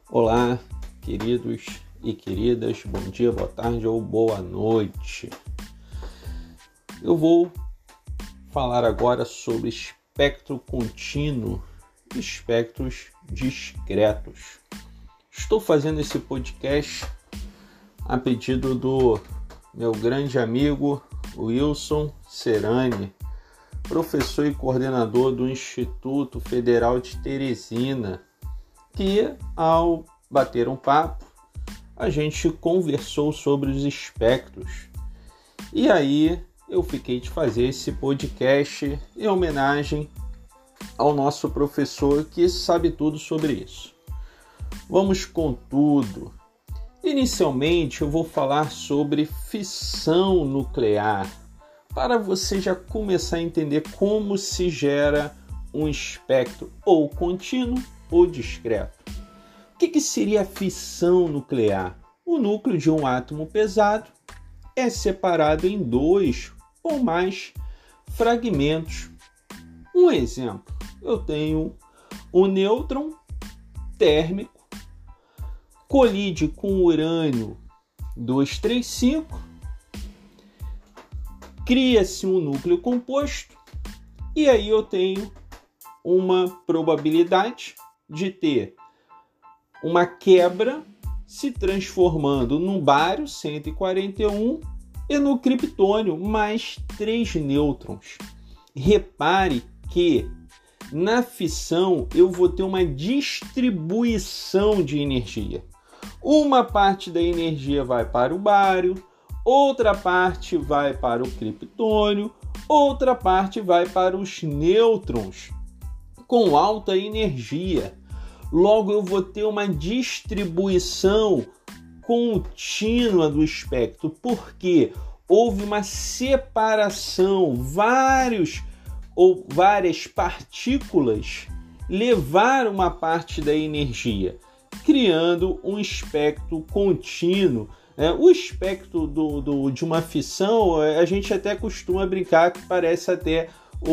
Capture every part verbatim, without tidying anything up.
Olá, queridos e queridas, bom dia, boa tarde ou boa noite. Eu vou falar agora sobre espectro contínuo e espectros discretos. Estou fazendo esse podcast a pedido do meu grande amigo Wilson Serani, professor e coordenador do Instituto Federal de Teresina, que ao bater um papo, a gente conversou sobre os espectros. E aí eu fiquei de fazer esse podcast em homenagem ao nosso professor que sabe tudo sobre isso. Vamos com tudo. Inicialmente eu vou falar sobre fissão nuclear, para você já começar a entender como se gera um espectro ou contínuo ou discreto. O que, que seria a fissão nuclear? O núcleo de um átomo pesado é separado em dois ou mais fragmentos. Um exemplo, eu tenho um nêutron térmico, colide com o urânio duzentos e trinta e cinco, cria-se um núcleo composto e aí eu tenho uma probabilidade de ter uma quebra se transformando no bário cento e quarenta e um e no criptônio mais três nêutrons. Repare que na fissão eu vou ter uma distribuição de energia. Uma parte da energia vai para o bário, outra parte vai para o criptônio, outra parte vai para os nêutrons com alta energia. Logo, eu vou ter uma distribuição contínua do espectro, porque houve uma separação, vários ou várias partículas levaram uma parte da energia, criando um espectro contínuo. É, o espectro do, do, de uma fissão, a gente até costuma brincar que parece até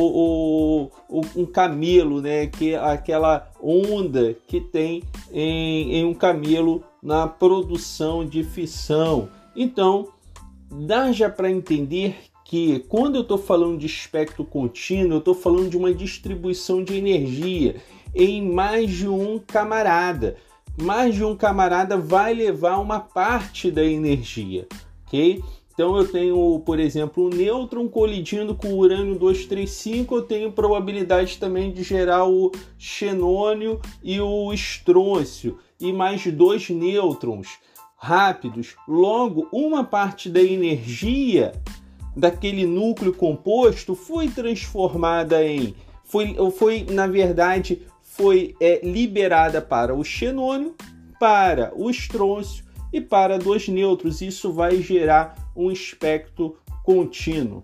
o, o, um camelo, né? Que é aquela onda que tem em, em um camelo na produção de fissão. Então, dá já para entender que quando eu estou falando de espectro contínuo, eu estou falando de uma distribuição de energia em mais de um camarada. Mais de um camarada vai levar uma parte da energia, ok? Então eu tenho, por exemplo, o nêutron colidindo com o urânio duzentos e trinta e cinco, eu tenho probabilidade também de gerar o xenônio e o estrôncio, e mais dois nêutrons rápidos. Logo, uma parte da energia daquele núcleo composto foi transformada em, foi, foi na verdade, foi é, liberada para o xenônio, para o estrôncio e para dois nêutrons. Isso vai gerar um espectro contínuo.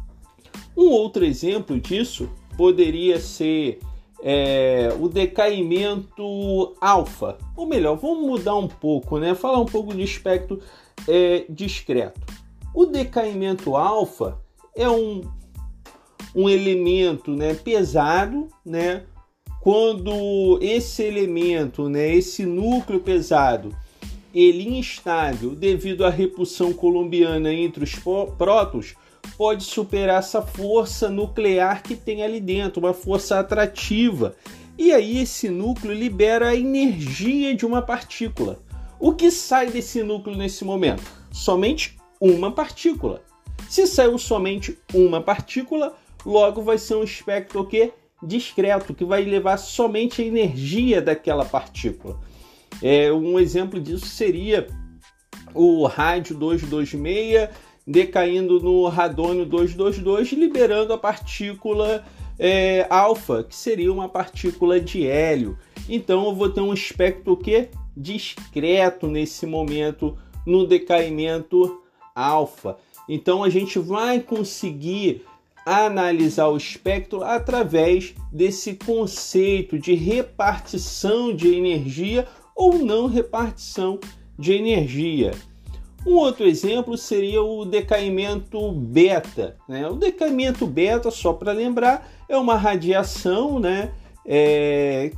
Um outro exemplo disso poderia ser é, o decaimento alfa. Ou melhor, vamos mudar um pouco, né? Falar um pouco de espectro é, discreto. O decaimento alfa é um, um elemento, né, pesado, né? Quando esse elemento, né, esse núcleo pesado, ele instável devido à repulsão coulombiana entre os prótons, pode superar essa força nuclear que tem ali dentro, uma força atrativa. E aí esse núcleo libera a energia de uma partícula. O que sai desse núcleo nesse momento? Somente uma partícula. Se saiu somente uma partícula, logo vai ser um espectro o quê? Discreto, que vai levar somente a energia daquela partícula. É, um exemplo disso seria o rádio duzentos e vinte e seis decaindo no radônio duzentos e vinte e dois, liberando a partícula é, alfa, que seria uma partícula de hélio. Então eu vou ter um espectro que discreto nesse momento no decaimento alfa. Então a gente vai conseguir analisar o espectro através desse conceito de repartição de energia ou não repartição de energia. Um outro exemplo seria o decaimento beta, né? O decaimento beta, só para lembrar, é uma radiação, né, é, que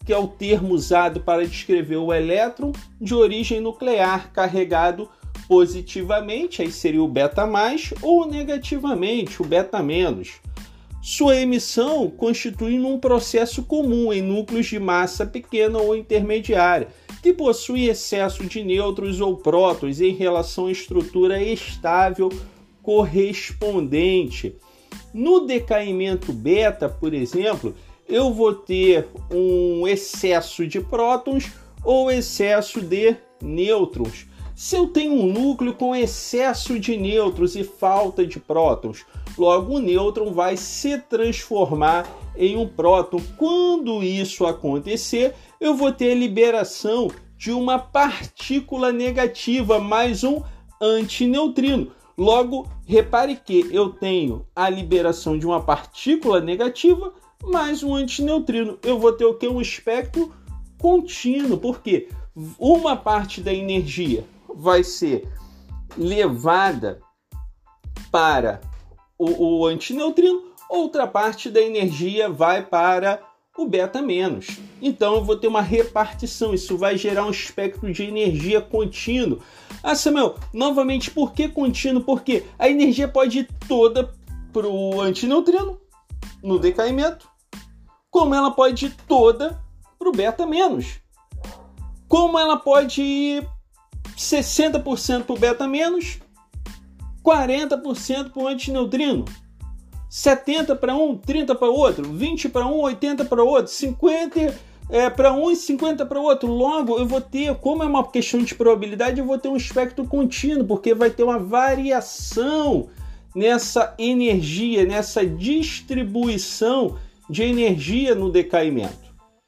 que é o termo usado para descrever o elétron de origem nuclear carregado positivamente, aí seria o beta mais, ou negativamente, o beta menos. Sua emissão constitui um processo comum em núcleos de massa pequena ou intermediária, que possui excesso de nêutrons ou prótons em relação à estrutura estável correspondente. No decaimento beta, por exemplo, eu vou ter um excesso de prótons ou excesso de nêutrons. Se eu tenho um núcleo com excesso de nêutrons e falta de prótons, logo o nêutron vai se transformar em um próton. Quando isso acontecer, eu vou ter a liberação de uma partícula negativa, mais um antineutrino. Logo, repare que eu tenho a liberação de uma partícula negativa mais um antineutrino. Eu vou ter o que? Um espectro contínuo, porque uma parte da energia vai ser levada para o, o antineutrino, outra parte da energia vai para o beta menos. Então eu vou ter uma repartição, isso vai gerar um espectro de energia contínuo. Ah, Samuel, novamente, por que contínuo? Porque a energia pode ir toda para o antineutrino no decaimento, como ela pode ir toda para o beta menos, como ela pode ir sessenta por cento para o beta menos, quarenta por cento para o antineutrino, setenta para um, trinta para o outro, vinte para um, oitenta para o outro, cinquenta é, para um e cinquenta para o outro. Logo, eu vou ter, como é uma questão de probabilidade, eu vou ter um espectro contínuo, porque vai ter uma variação nessa energia, nessa distribuição de energia no decaimento.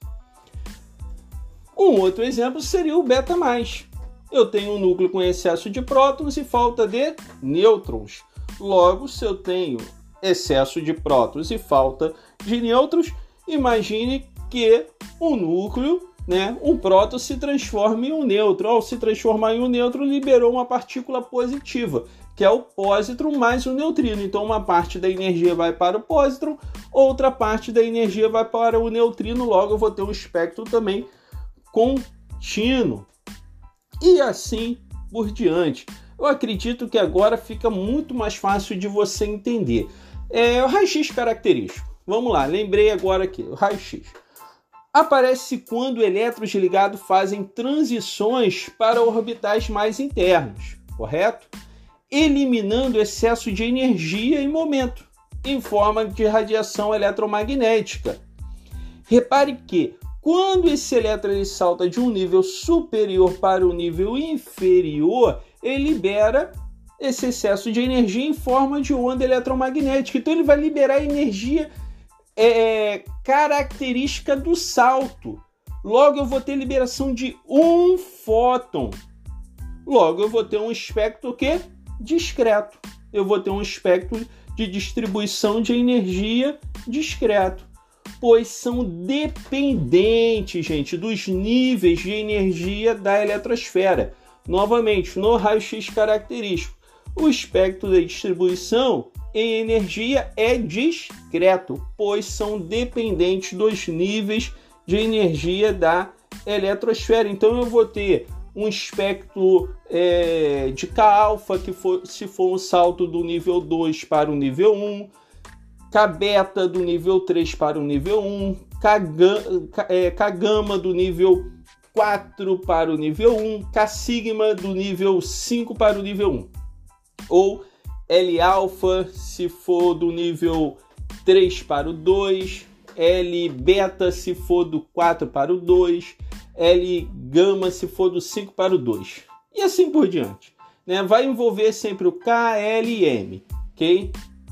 Um outro exemplo seria o beta mais. Eu tenho um núcleo com excesso de prótons e falta de nêutrons. Logo, se eu tenho excesso de prótons e falta de nêutrons, imagine que um núcleo, né, um próton se transforma em um nêutron. Ao se transformar em um nêutron, liberou uma partícula positiva, que é o pósitron mais o neutrino. Então, uma parte da energia vai para o pósitron, outra parte da energia vai para o neutrino. Logo, eu vou ter um espectro também contínuo. E assim por diante. Eu acredito que agora fica muito mais fácil de você entender. É o raio-x característico. Vamos lá, lembrei agora aqui. O raio-x aparece quando elétrons ligados fazem transições para orbitais mais internos, correto? Eliminando excesso de energia e momento, em forma de radiação eletromagnética. Repare que, quando esse elétron ele salta de um nível superior para o nível inferior, ele libera esse excesso de energia em forma de onda eletromagnética. Então ele vai liberar energia é, característica do salto. Logo eu vou ter liberação de um fóton. Logo eu vou ter um espectro que? Discreto. Eu vou ter um espectro de distribuição de energia discreto, pois são dependentes, gente, dos níveis de energia da eletrosfera. Novamente, no raio-x característico, o espectro da distribuição em energia é discreto, pois são dependentes dos níveis de energia da eletrosfera. Então eu vou ter um espectro é, de K-alfa, que for, se for um salto do nível dois para o nível um, K-beta do nível três para o nível um, K-gama do nível quatro para o nível um, K-sigma do nível cinco para o nível um. Ou L-alfa se for do nível três para o dois, L-beta se for do quatro para o dois, L-gama se for do cinco para o dois. E assim por diante, né? Vai envolver sempre o K, L e M, ok?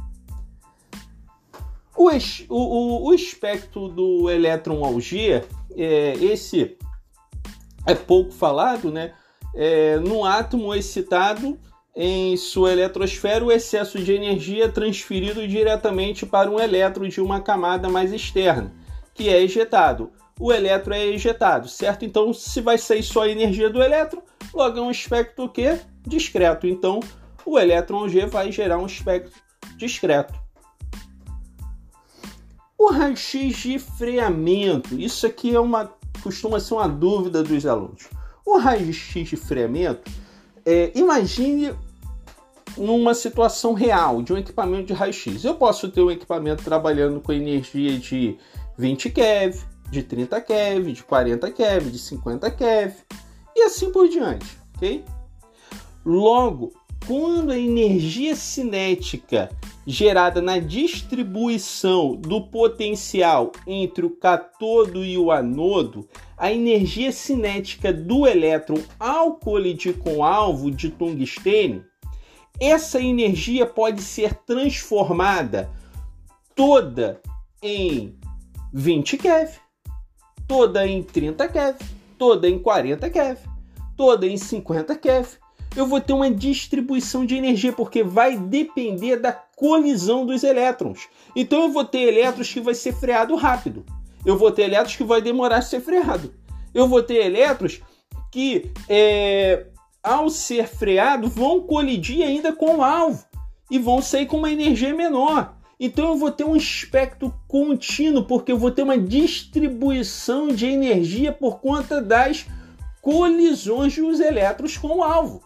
O, o, o espectro do elétron Auger, é, esse é pouco falado, né? É, num átomo excitado em sua eletrosfera, o excesso de energia é transferido diretamente para um elétron de uma camada mais externa, que é ejetado. O elétron é ejetado, certo? Então, se vai sair só a energia do elétron, logo é um espectro que? Discreto. Então, o elétron Auger vai gerar um espectro discreto. O raio-x de freamento, isso aqui é uma costuma ser uma dúvida dos alunos. O raio-x de freamento, é, imagine numa situação real de um equipamento de raio-x. Eu posso ter um equipamento trabalhando com energia de vinte keV, de trinta keV, de quarenta keV, de cinquenta keV e assim por diante, ok? Logo, quando a energia cinética gerada na distribuição do potencial entre o cátodo e o anodo, a energia cinética do elétron ao colidir com o alvo de tungstênio, essa energia pode ser transformada toda em vinte keV, toda em trinta keV, toda em quarenta keV, toda em cinquenta keV. Eu vou ter uma distribuição de energia, porque vai depender da colisão dos elétrons. Então eu vou ter elétrons que vai ser freado rápido. Eu vou ter elétrons que vai demorar a ser freado. Eu vou ter elétrons que, é, ao ser freado, vão colidir ainda com o alvo e vão sair com uma energia menor. Então eu vou ter um espectro contínuo, porque eu vou ter uma distribuição de energia por conta das colisões dos elétrons com o alvo.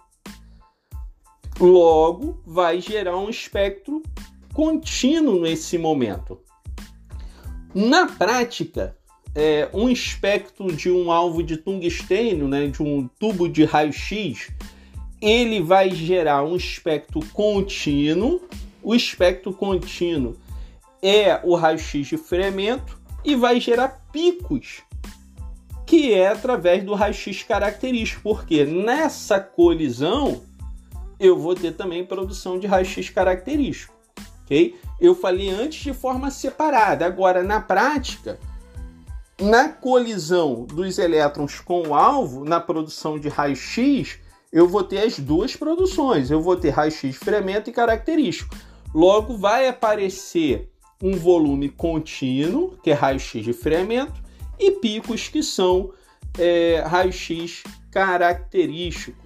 Logo, vai gerar um espectro contínuo nesse momento. Na prática, é, um espectro de um alvo de tungstênio, né, de um tubo de raio-x, ele vai gerar um espectro contínuo. O espectro contínuo é o raio-x de freamento e vai gerar picos, que é através do raio-x característico, porque nessa colisão eu vou ter também produção de raio-x característico, ok? Eu falei antes de forma separada. Agora, na prática, na colisão dos elétrons com o alvo, na produção de raio-x, eu vou ter as duas produções. Eu vou ter raio-x de freamento e característico. Logo, vai aparecer um volume contínuo, que é raio-x de freamento, e picos, que são é, raio-x característico.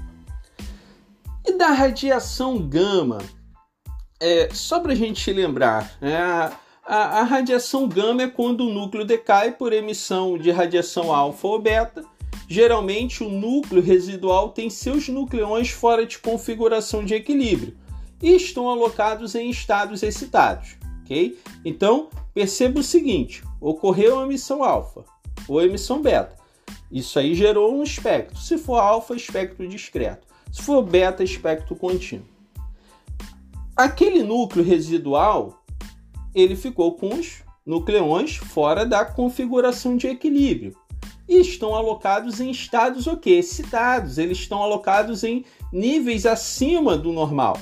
E da radiação gama, é, só para a gente lembrar, né, a, a, a radiação gama é quando o núcleo decai por emissão de radiação alfa ou beta. Geralmente o núcleo residual tem seus nucleões fora de configuração de equilíbrio e estão alocados em estados excitados, ok? Então, perceba o seguinte: ocorreu a emissão alfa ou emissão beta. Isso aí gerou um espectro. Se for alfa, espectro discreto. Se for beta, espectro contínuo. Aquele núcleo residual, ele ficou com os nucleões fora da configuração de equilíbrio e estão alocados em estados o quê? Excitados. Eles estão alocados em níveis acima do normal.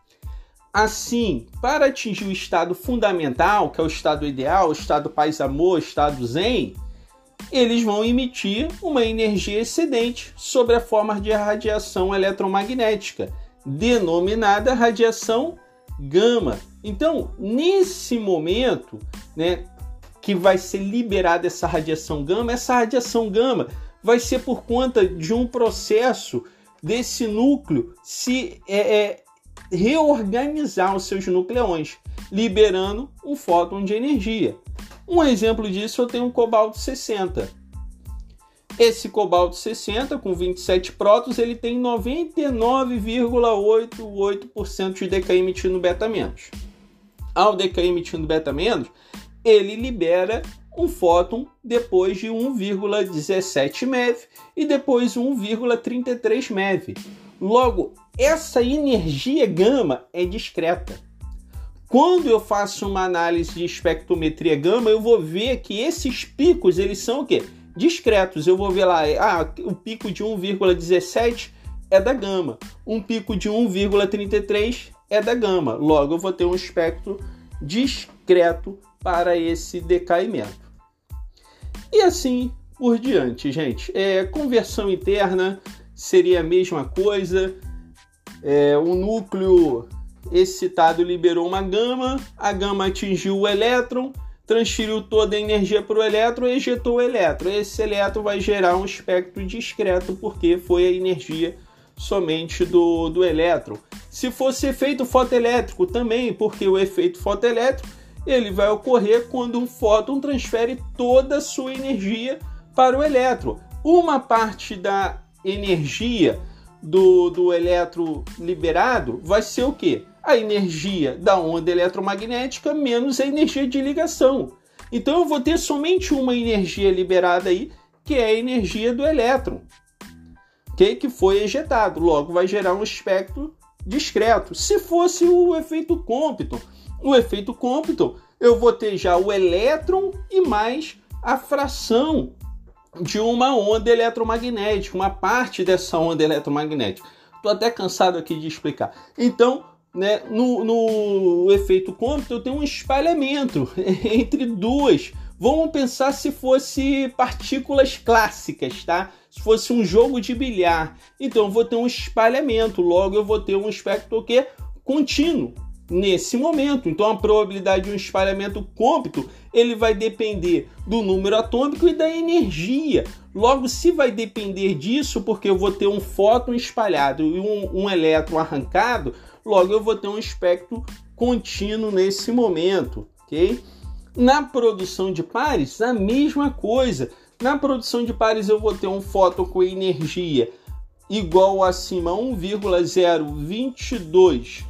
Assim, para atingir o estado fundamental, que é o estado ideal, o estado paz-amor, o estado zen, eles vão emitir uma energia excedente sob a forma de radiação eletromagnética, denominada radiação gama. Então, nesse momento, né, que vai ser liberada essa radiação gama, essa radiação gama vai ser por conta de um processo desse núcleo se é, é, reorganizar os seus nucleões, liberando um fóton de energia. Um exemplo disso, eu tenho um cobalto sessenta. Esse cobalto sessenta, com vinte e sete prótons, ele tem noventa e nove vírgula oitenta e oito por cento de decay emitindo beta-menos. Ao decay emitindo beta-menos, ele libera um fóton depois de um vírgula dezessete MeV e depois um vírgula trinta e três MeV. Logo, essa energia gama é discreta. Quando eu faço uma análise de espectrometria gama, eu vou ver que esses picos, eles são o quê? Discretos. Eu vou ver lá, ah, o pico de um vírgula dezessete é da gama, um pico de um vírgula trinta e três é da gama. Logo, eu vou ter um espectro discreto para esse decaimento. E assim por diante, gente. É, conversão interna seria a mesma coisa. É, o núcleo excitado liberou uma gama, a gama atingiu o elétron, transferiu toda a energia para o elétron e ejetou o elétron. Esse elétron vai gerar um espectro discreto porque foi a energia somente do, do elétron. Se fosse efeito fotoelétrico também, porque o efeito fotoelétrico ele vai ocorrer quando um fóton transfere toda a sua energia para o elétron. Uma parte da energia do, do elétron liberado vai ser o quê? A energia da onda eletromagnética menos a energia de ligação. Então eu vou ter somente uma energia liberada aí, que é a energia do elétron, okay? Que foi ejetado. Logo vai gerar um espectro discreto. Se fosse o efeito Compton, o efeito Compton, eu vou ter já o elétron e mais a fração de uma onda eletromagnética, uma parte dessa onda eletromagnética. Estou até cansado aqui de explicar. Então, né, no, no efeito Compton, eu tenho um espalhamento entre duas. Vamos pensar se fosse partículas clássicas, tá? Se fosse um jogo de bilhar. Então, eu vou ter um espalhamento. Logo, eu vou ter um espectro o quê? Contínuo. Nesse momento, então a probabilidade de um espalhamento Compton, ele vai depender do número atômico e da energia. Logo, se vai depender disso, porque eu vou ter um fóton espalhado e um, um elétron arrancado, logo eu vou ter um espectro contínuo nesse momento, ok? Na produção de pares, a mesma coisa. Na produção de pares eu vou ter um fóton com energia igual acima a um vírgula zero dois dois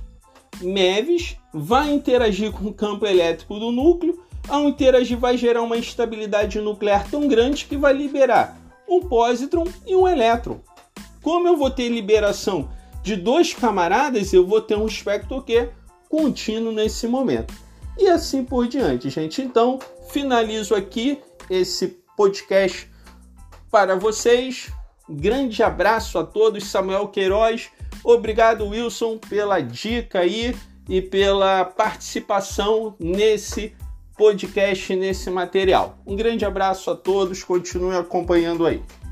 MeVs, vai interagir com o campo elétrico do núcleo. Ao interagir vai gerar uma instabilidade nuclear tão grande que vai liberar um pósitron e um elétron. Como eu vou ter liberação de dois camaradas, eu vou ter um espectro que contínuo nesse momento. E assim por diante, gente. Então, finalizo aqui esse podcast para vocês. Grande abraço a todos. Samuel Queiroz. Obrigado, Wilson, pela dica aí e pela participação nesse podcast, nesse material. Um grande abraço a todos, continuem acompanhando aí.